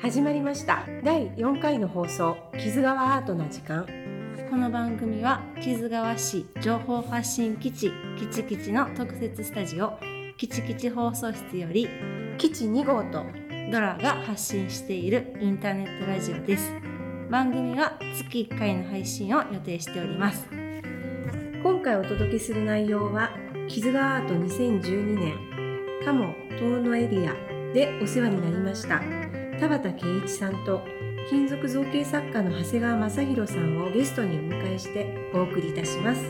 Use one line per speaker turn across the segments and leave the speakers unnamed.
始まりました第4回の放送、木津川アートな時間。
この番組は木津川市情報発信基地キチキチの特設スタジオキチキチ放送室より
基地2号と
ドラが発信しているインターネットラジオです。番組は月1回の配信を予定しております。
今回お届けする内容は木津川アート2012年鴨遠野エリアでお世話になりました田畑圭一さんと金属造形作家の長谷川正弘さんをゲストにお迎えしてお送りいたします。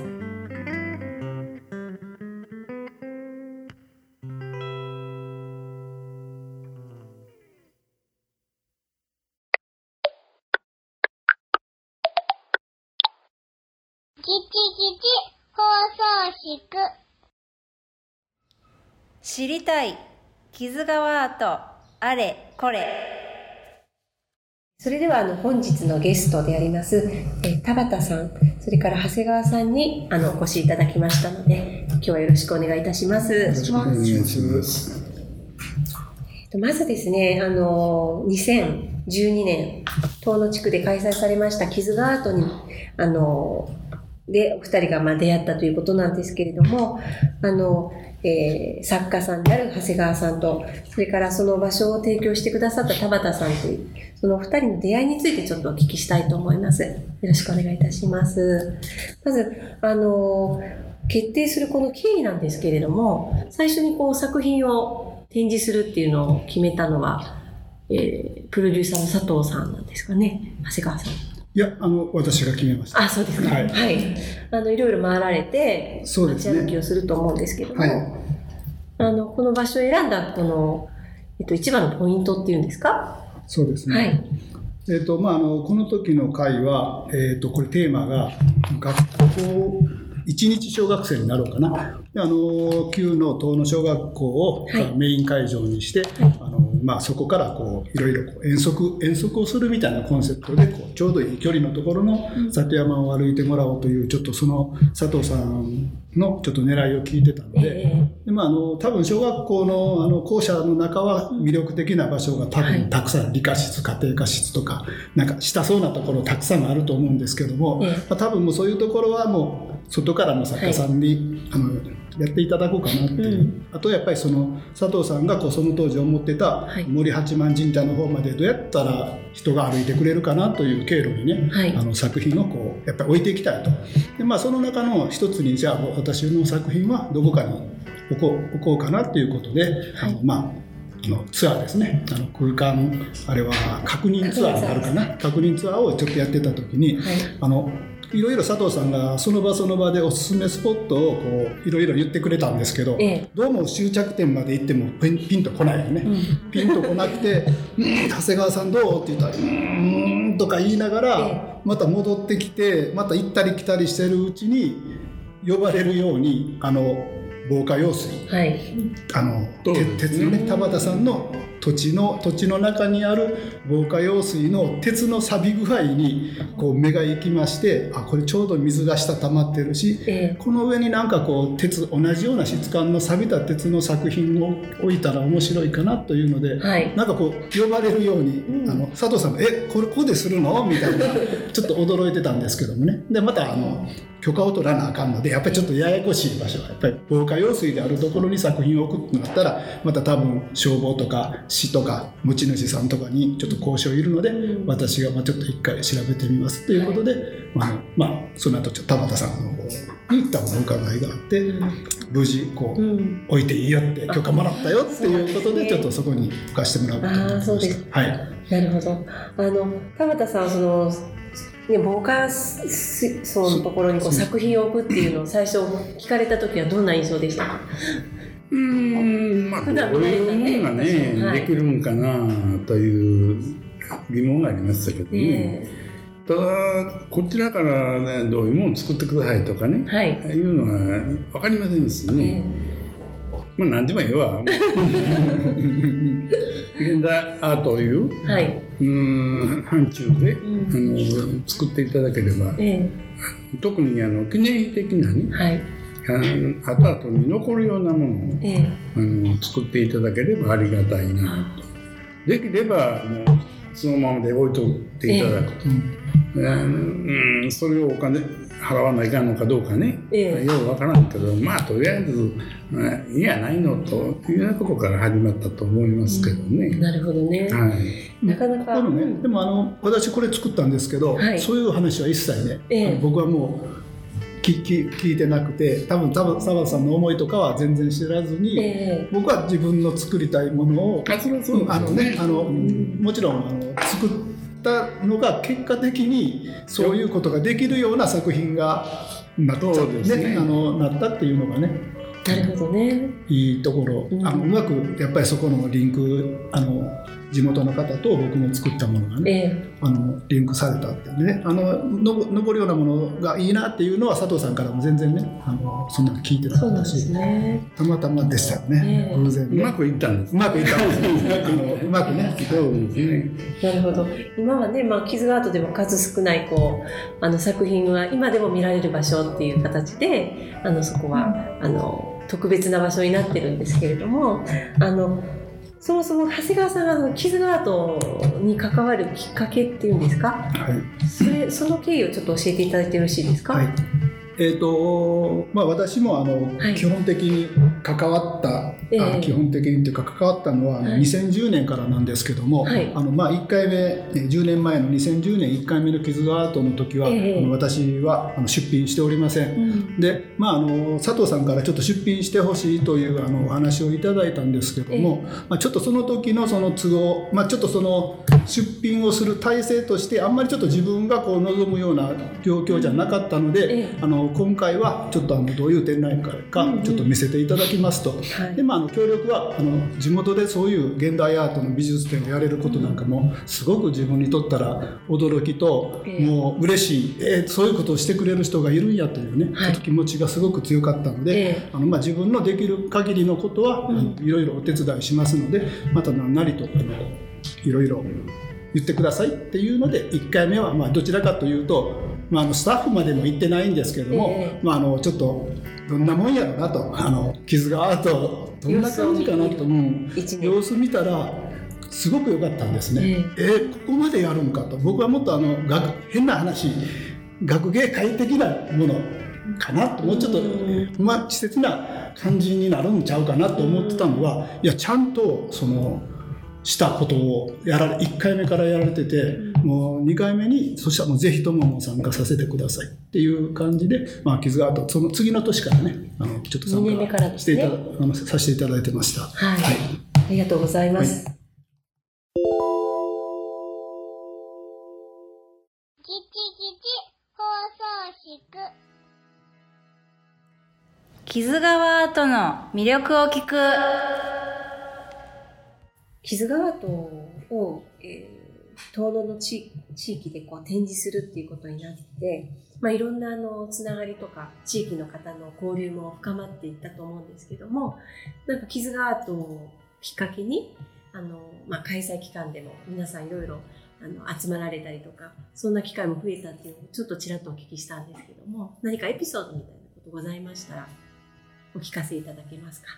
キチキチ放送室。
知りたい木津川アートあれこれ。
それでは本日のゲストであります田畑さん、それから長谷川さんにお越しいただきましたので、今日はよろしくお願いいたします。
よろしくお願いします。
まずですね、2012年遠野地区で開催されました木津川アートにでお二人が出会ったということなんですけれども、作家さんである長谷川さんと、それからその場所を提供してくださった田畑さんという、そのお二人の出会いについてちょっとお聞きしたいと思います。よろしくお願いいたします。まず決定するこの経緯なんですけれども、最初に作品を展示するっていうのを決めたのは、プロデューサーの佐藤さんなんですかね、長谷川さん。
いや、私が決めました。
あ、そうですか。はい。はい。いろいろ回られて、
そうですね、
街歩きをすると思うんですけども、
はい、
この場所を選んだ、一番のポイントっていうんですか？
そうですね。はい。この時の会は、これテーマが、学校、一日小学生になろうかな。旧の遠野小学校をメイン会場にして、そこからいろいろ遠足をするみたいなコンセプトでちょうどいい距離のところの里山を歩いてもらおうという、ちょっとその佐藤さんのちょっと狙いを聞いてたので、多分小学校の校舎の中は魅力的な場所が多分たくさん、理科室、家庭科室とかなんかしたそうなところたくさんあると思うんですけども、多分もうそういうところはもう外からの作家さんに、やっていただこうかなっていう、あとやっぱりその佐藤さんがその当時思ってた森八幡神社の方までどうやったら人が歩いてくれるかなという経路にね、作品をやっぱり置いていきたいと。で、その中の一つに、じゃあ私の作品はどこかに置こうかなということで、ツアーですね、空間、あれは確認ツアーになるかな、確認ツアーをちょっとやってた時に、いろいろ佐藤さんがその場でおすすめスポットをいろいろ言ってくれたんですけど、どうも終着点まで行ってもピンとこないよね、ピンとこなくて長谷川さんどうって言ったらとか言いながら、また戻ってきて、また行ったり来たりしてるうちに呼ばれるように防火用水、鉄のね、田畑さんの土地の中にある防火用水の鉄の錆具合に目が行きまして、これちょうど水が滴ってるし、この上になんか同じような質感の錆びた鉄の作品を置いたら面白いかなというので、なんか呼ばれるように、佐藤さんがここでするのみたいなちょっと驚いてたんですけどもね。でまた許可を取らなあかんので、やっぱりちょっとややこしい場所はやっぱり防火用水であるところに作品を置くってなったら、また多分消防とか市とか持ち主さんとかにちょっと交渉いるので、私がちょっと一回調べてみますということで、その後田畑さんの方に多分お伺いがあって、無事置いていいよって許可もらったよっていうことで、ちょっとそこに置かしてもらうことになりました。そうです。はい。
なるほど。田畑さんは防火層のところに作品を置くっていうのを最初聞かれた時はどんな印象でしたか？
どういうものがね、できるんかなという疑問がありましたけどね。ただこちらからね、どういうものを作ってくださいとかね、いうのは分かりませんですね。何でもいいわ。現代アートという範疇で作っていただければ、特に記念的なね、後々に残るようなものを、作っていただければありがたいなと。できればもうそのままで置いといていただくと、それをお金払わないかんのかどうかね、ようわからんけど、まあとりあえず、いいやないのというようなことから始まったと思いますけどね。
なるほどね。
はい、
なかなか。
でも私これ作ったんですけど、そういう話は一切ね、僕はもう聞いてなくて、多分澤田さんの思いとかは全然知らずに、僕は自分の作りたいものをもちろん作ったのが結果的にそういうことができるような作品がなったっていうのがね。
なるほどね。
いいところ、うまくやっぱりそこのリンク地元の方と僕の作ったものがね、リンクされたってね、残るようなものがいいなっていうのは佐藤さんからも全然ねそんなの聞いてなかったし、たまたまでしたよね、偶然ね。
うまくいったんです。
うまくいったんですうまくね。
そうですね。
なるほど。今はね、キズガートでも数少ない作品は今でも見られる場所っていう形でそこは特別な場所になってるんですけれども、そもそも長谷川さんがキズガートに関わるきっかけっていうんですか、その経緯をちょっと教えていただいてよろしいですか。
私も基本的に関わった、基本的にというか関わったのは2010年からなんですけども、1回目10年前の2010年1回目のキズガートの時は、私は出品しておりません、で、佐藤さんからちょっと出品してほしいというお話をいただいたんですけども、ちょっとその時のその都合、ちょっとその出品をする体制としてあんまりちょっと自分が望むような状況じゃなかったので、今回はちょっとどういう展覧会かちょっと見せていただきますと、で協力は地元でそういう現代アートの美術展をやれることなんかもすごく自分にとったら驚きと、もう嬉しい、そういうことをしてくれる人がいるんやというね、ちょっと気持ちがすごく強かったので、自分のできる限りのことはいろいろお手伝いしますので、また何なりといろいろ言ってくださいっていうので、1回目はどちらかというと、スタッフまでも行ってないんですけども、ちょっとどんなもんやろなと、キズガートどんな感じかなと、様子見たらすごく良かったんですね。ここまでやるんかと。僕はもっと変な話、学芸会的なものかなと、もうちょっと稚拙な感じになるんちゃうかなと思ってたのが、いやちゃんとしたことを1回目からやられてて、もう2回目にそしたらもうぜひとも参加させてくださいっていう感じで、キズガートその次の年からねちょっと参加してさせていただいてました。
ありがとうございます。
放送室。
木津川アートの魅力を聞く。
木津川アートを、遠野の地域で展示するっていうことになって、いろんなつながりとか地域の方の交流も深まっていったと思うんですけども、なんか木津川アートをきっかけに開催期間でも皆さんいろいろ集まられたりとか、そんな機会も増えたっていうのをちょっとちらっとお聞きしたんですけども、何かエピソードみたいなことございましたらお聞かせいただけますか。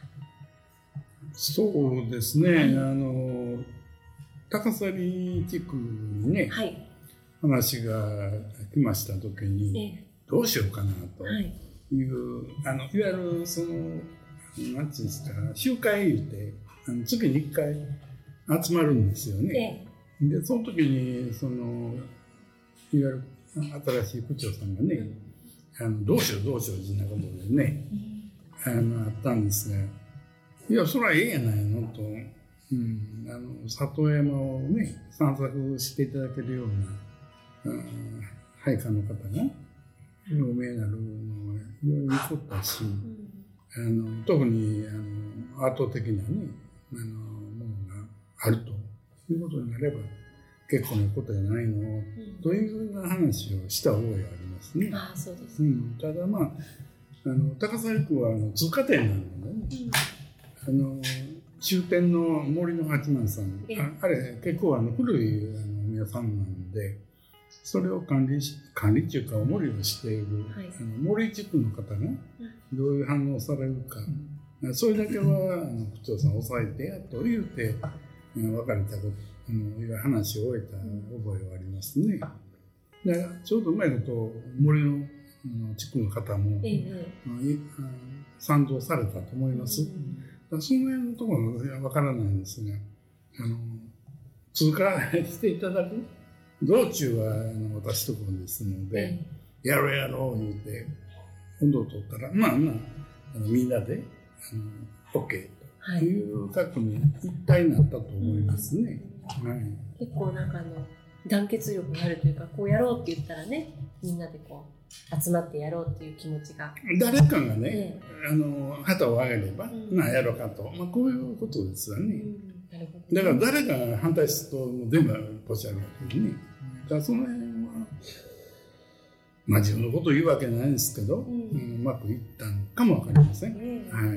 そうですね、高崎地区にね、話が来ました時に、どうしようかなという、いわゆるなんていうんですか、集会言って月に1回集まるんですよね。でその時にいわゆる新しい区長さんがね、どうしようそんなことでね、あったんですが、いやそれはええやないのと、里山をね散策していただけるような、配下の方が有名になるのは非常に良かったし、特に圧倒的なねものがあるということになれば結構なことじゃないの、というような話をした覚えがありますね。
そうです。
ただ高崎区は通過点なのでね、終点の森の八幡さん、あれ結構古いお宮さんなんで、それを管理というかお守りをしている、森地区の方がどういう反応されるか、それだけは区長さん抑えてやと言うて別れたこと、いう話を終えた覚えはありますね。でちょうどうまいこと森の地区の方も、賛同されたと思います。その辺のところはわからないんですが、通過していただく道中は私ところですので、やろうやろう言うて温度を取ったらみんなでOK という覚悟に一体になったと思いますね。
結構なんか団結力があるというか、こうやろうって言ったらね、みんなでこう集まってやろうっていう気持ちが、
誰かがね、旗を上げれば、やろうかと、こういうことですよね。
なるほど。
だから誰かが反対すると全部ポチャるわけでね。だからその辺は自分のことを言うわけないんですけど、うまくいったのかもわかりません。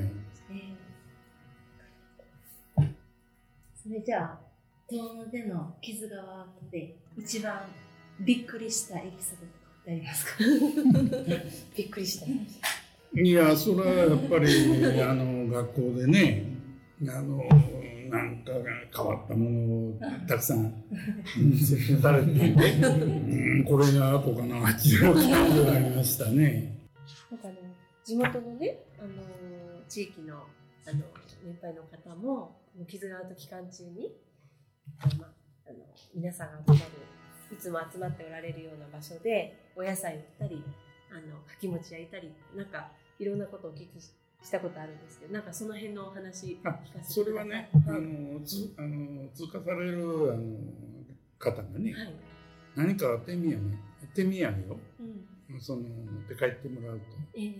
それじゃあ遠野での木津川で一番びっくりしたエピソードとかありますか？
びっくりした。
いや、それはやっぱり学校でね、なんか変わったものをたくさん説明されていて、これが後かなっていう感じがありましたね。
なんか地元のね、地域の年配の方も木津川と期間中に、皆さんが集まる、いつも集まっておられるような場所でお野菜売ったり、かき餅焼いたり、なんかいろんなことをお聞きしたことあるんですけど、なんかその辺のお話聞かせてください。
それはね、通過される方がね、何か手土産を、持って帰ってもらうと、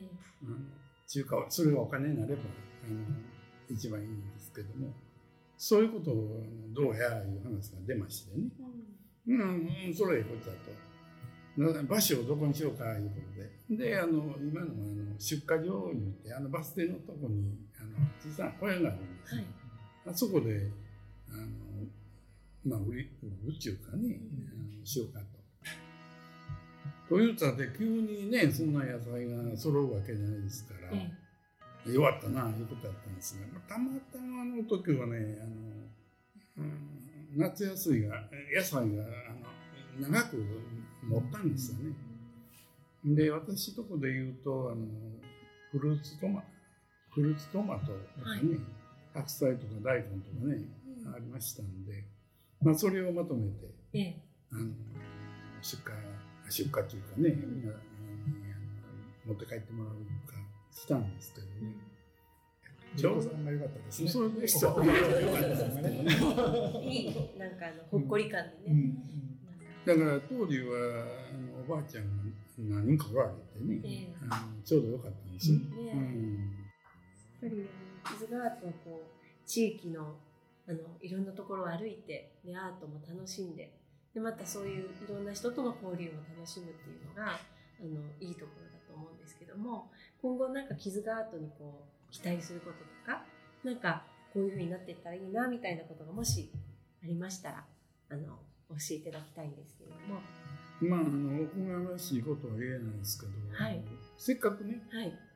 それがお金になれば一番いいんですけども、そういうことをどうやいう話が出ましてね、それこっちゃと場所をどこにしようかいうことで、今の出荷場を言ってバス停のとこに小さな小屋があるんですよ。あそこで売るっていうかね、しようかと。というたで急にね、そんな野菜が揃うわけじゃないですから、弱ったないうことだったんですが、たまたま時はね、夏野菜が長く持ったんですよね。で、私とこで言うとフルーツトマトとかね、白菜とか大根とかね、ありましたんで、それをまとめて、出荷というかね、みんな持って帰ってもらうかしたんですけどね。
ちょうどさんが良かったですね。
そうでした。
いい、なんかほっこり感でね。
だから当時はおばあちゃんが何人かおられてね、ちょうど良かったんですよ。やっ
ぱり木津川とはこう地域のいろんなところを歩いて、アートも楽しんで、またそういういろんな人との交流も楽しむっていうのがいいところだと思うんですけども、今後なんか木津川アートにこう期待することとか、なんかこういう風になっていったらいいなみたいなことがもしありましたら教えていただきたいんですけれども。
おこがましいことは言えないんですけど、せっかくね、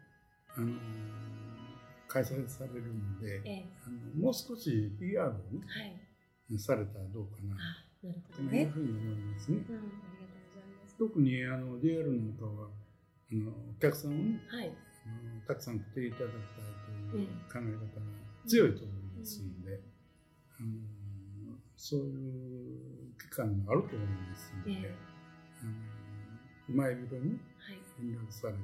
開催されるので、もう少し PR をね、されたらどうかな。
なるほど
というふうに思いますね。
ありがとうございます。
特にDR なんかはお客さんをね、たくさん来ていただきたいという考え方が強いと思いますので、そういう機関があると思いますので、前広に連絡されて、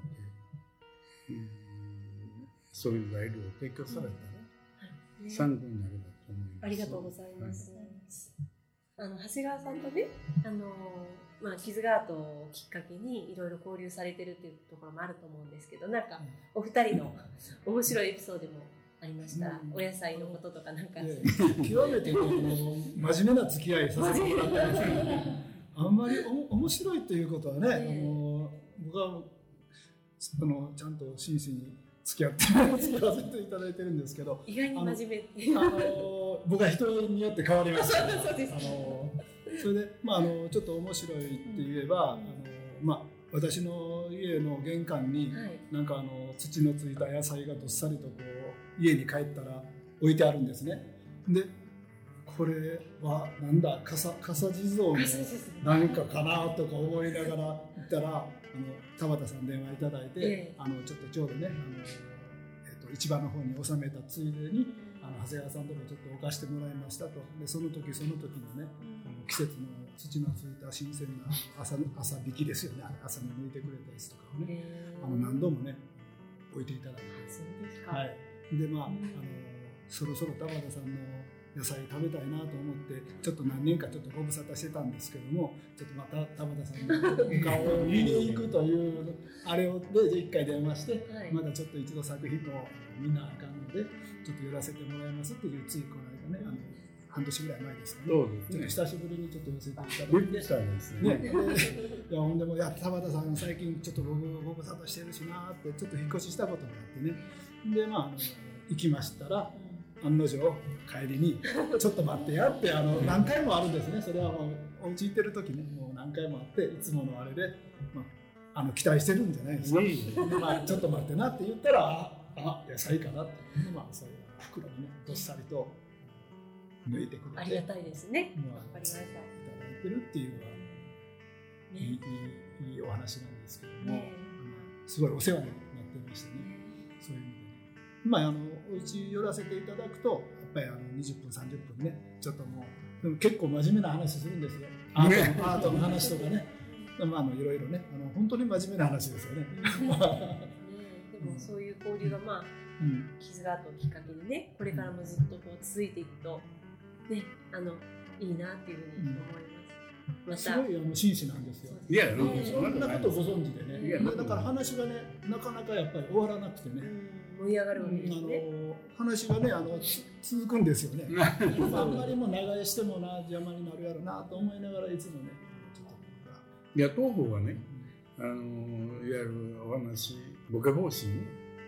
そういう材料を提供されたら参考になればと思います。
ありがとうございます。長谷川さんとね、木津川とをきっかけにいろいろ交流されてるっていうところもあると思うんですけど、なんかお二人の面白いエピソードもありましたら、お野菜のこととかなんか
極めて真面目な付き合いさせてもらってますけど、あんまり面白いということはね、僕はちゃんと真摯に付き合って使わせていただいてるんですけど、
意外に真面目って
僕は人によって変わりました。
そうです
それでちょっと面白いって言えば、私の家の玄関に、なんか土のついた野菜がどっさりとこう家に帰ったら置いてあるんですね。でこれはなんだ傘地蔵の何かかなとか思いながら行ったら田畑さん電話いただいて、ちょうどね市場の方に収めたついでに長谷川さんとこちょっと置かしてもらいましたと。でその時のね季節の土のついた新鮮な朝引きですよね。朝に抜いてくれたやつとかをね何度もね置いていただいて。
そうですか。
はい。でそろそろ田畑さんの野菜食べたいなと思ってちょっと何年かちょっとご無沙汰してたんですけども、ちょっとまた田畑さんのお顔を見に行くというあれをで1回電話して、まだちょっと一度作品を見なあかんのでちょっと寄らせてもらいますっていう、ついこの間ね半年ぐらい前ですかね。ちょっと久しぶりにちょっと寄せていただいて。
びっくりしたんですね。
いやほんでも田畑さん最近ちょっと僕ご無沙汰してるしなってちょっと引っ越ししたことがあってね。で行きましたら。案の定帰りにちょっと待ってやって何回もあるんですね。それはもうお家行ってる時ねもう何回もあって、いつものあれで、期待してるんじゃないですか。ちょっと待ってなって言ったら野菜かなって、そういう袋にねどっさりと抜いてくれて、
ありがたいですね。わかりました。いただ
いてるっていうのは、いいお話なんですけども、すごいお世話になってましてね。そういうのでお家寄らせていただくとやっぱり20分30分ねちょっともうでも結構真面目な話するんですよ。アートの話とかねいろいろね本当に真面目な話ですよね。
でもそういう交流がキズガートをきっかけにねこれからもずっとこう続いていくとねいいなっていうふうに思います。
すごい紳士なんですよ。
いや、
そんなことご存知でね。だから話がねなかなかやっぱり終わらなくてね。
盛り上がるわけですね。話
がね続くんですよね。あんまりも長居しても邪魔になるやろなと思いながらいつもね。
いや当方がねいわゆるお話ボケ方針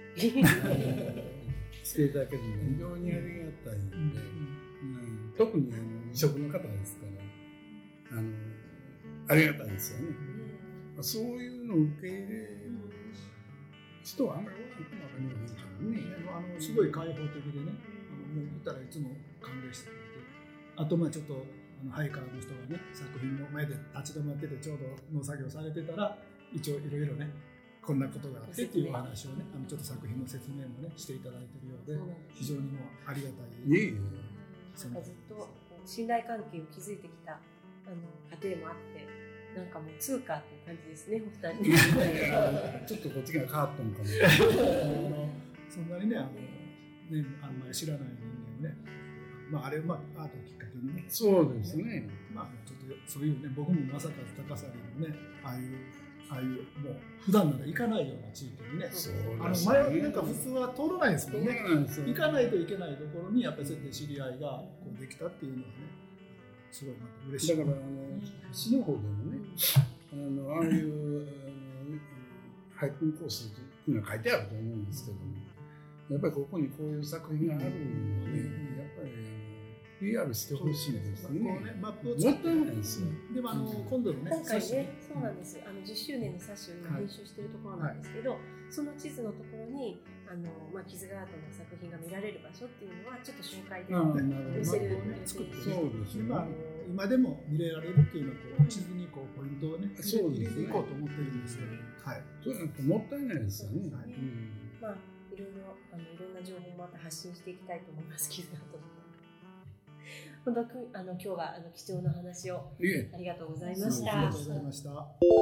していただけるのは非常にありがたいんで、特に異色の方ですからありがたいですよね。そういうのを受け入れる人はあんまり多くなかったね。
すごい開放的でね、もう言ったらいつも歓迎してくれて、あとちょっとハイカーの人がね作品の前で立ち止まっててちょうど農作業されてたら一応いろいろねこんなことがあってっていうお話をねちょっと作品の説明もねしていただいているようで非常にもうありがたい。
ずっと信頼関係を築いてきた家庭もあってなんかもう通貨っていう感じですね、お二人。
ちょっとこっちが変わったのかも。
そんなにねあんまり知らない人間をね。あれはアートをきっかけにね。
そうですね。
ちょっとそういうね、僕もまさか高崎のね、ああいうもう普段なら行かないような地域にね、前なんか普通は通らないですもんね。行かないといけないところにやっぱりそうやって知り合いがこうできたっていうのはね、すごい嬉しい。
だから市の方でもね、ああいう俳句コースっていうのは書いてあると思うんですけども、やっぱりここにこういう作品があるので、やっぱりPR してほしいですね。
マップを作って
ないですよ。
でも今度のね、
今回ね、そうなんです。10周年の冊子を今編集しているところなんですけど、その地図のところにキズガートの作品が見られる場所っていうのはちょっと紹介で寄せる予定です。
そうですね。
今でも見れられるっていうのを地図にこうポイントをね入れていこうと思ってるんですけど、はい。
そうなんかもったいないですよね。
いろんな情報もまた発信していきたいと思います。キズガートの。本当今日は貴重な話をありがとうございました。
ありがとうございました。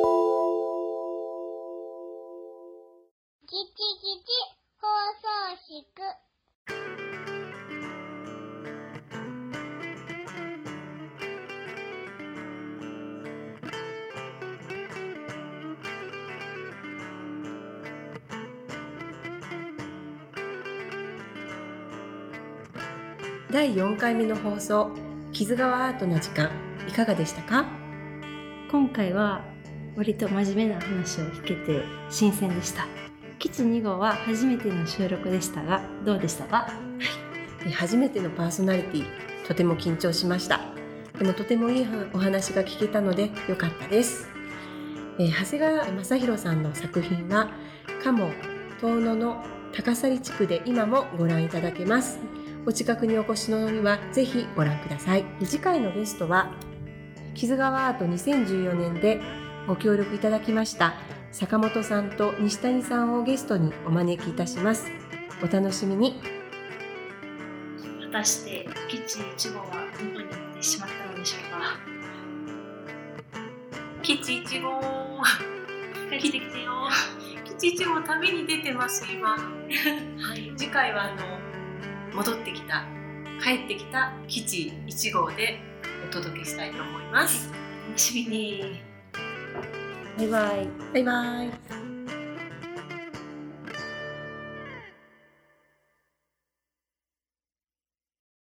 キチキチ放送室。
第4回目の放送、木津川アートの時間、いかがでしたか？
今回は割と真面目な話を聞けて新鮮でした。基地2号は初めての収録でしたが、どうでしたか？
初めてのパーソナリティ、とても緊張しました。でもとてもいいお話が聞けたのでよかったです。長谷川正弘さんの作品は、鴨遠野の高崎地区で今もご覧いただけます。 お近くにお越しの折はぜひご覧ください。次回のゲストは木津川アート2014年でご協力いただきました坂本さんと西谷さんをゲストにお招きいたします。お楽しみに。
果たしてキッチン1号はどこに行ってしまったのでしょうか。
キッチン1号来てきてよ。キッチン1号旅に出てます今。はい、次回は戻ってきた帰ってきたキッチン1号でお届けしたいと思います。
楽しみに。
バイバイ。バイバイ。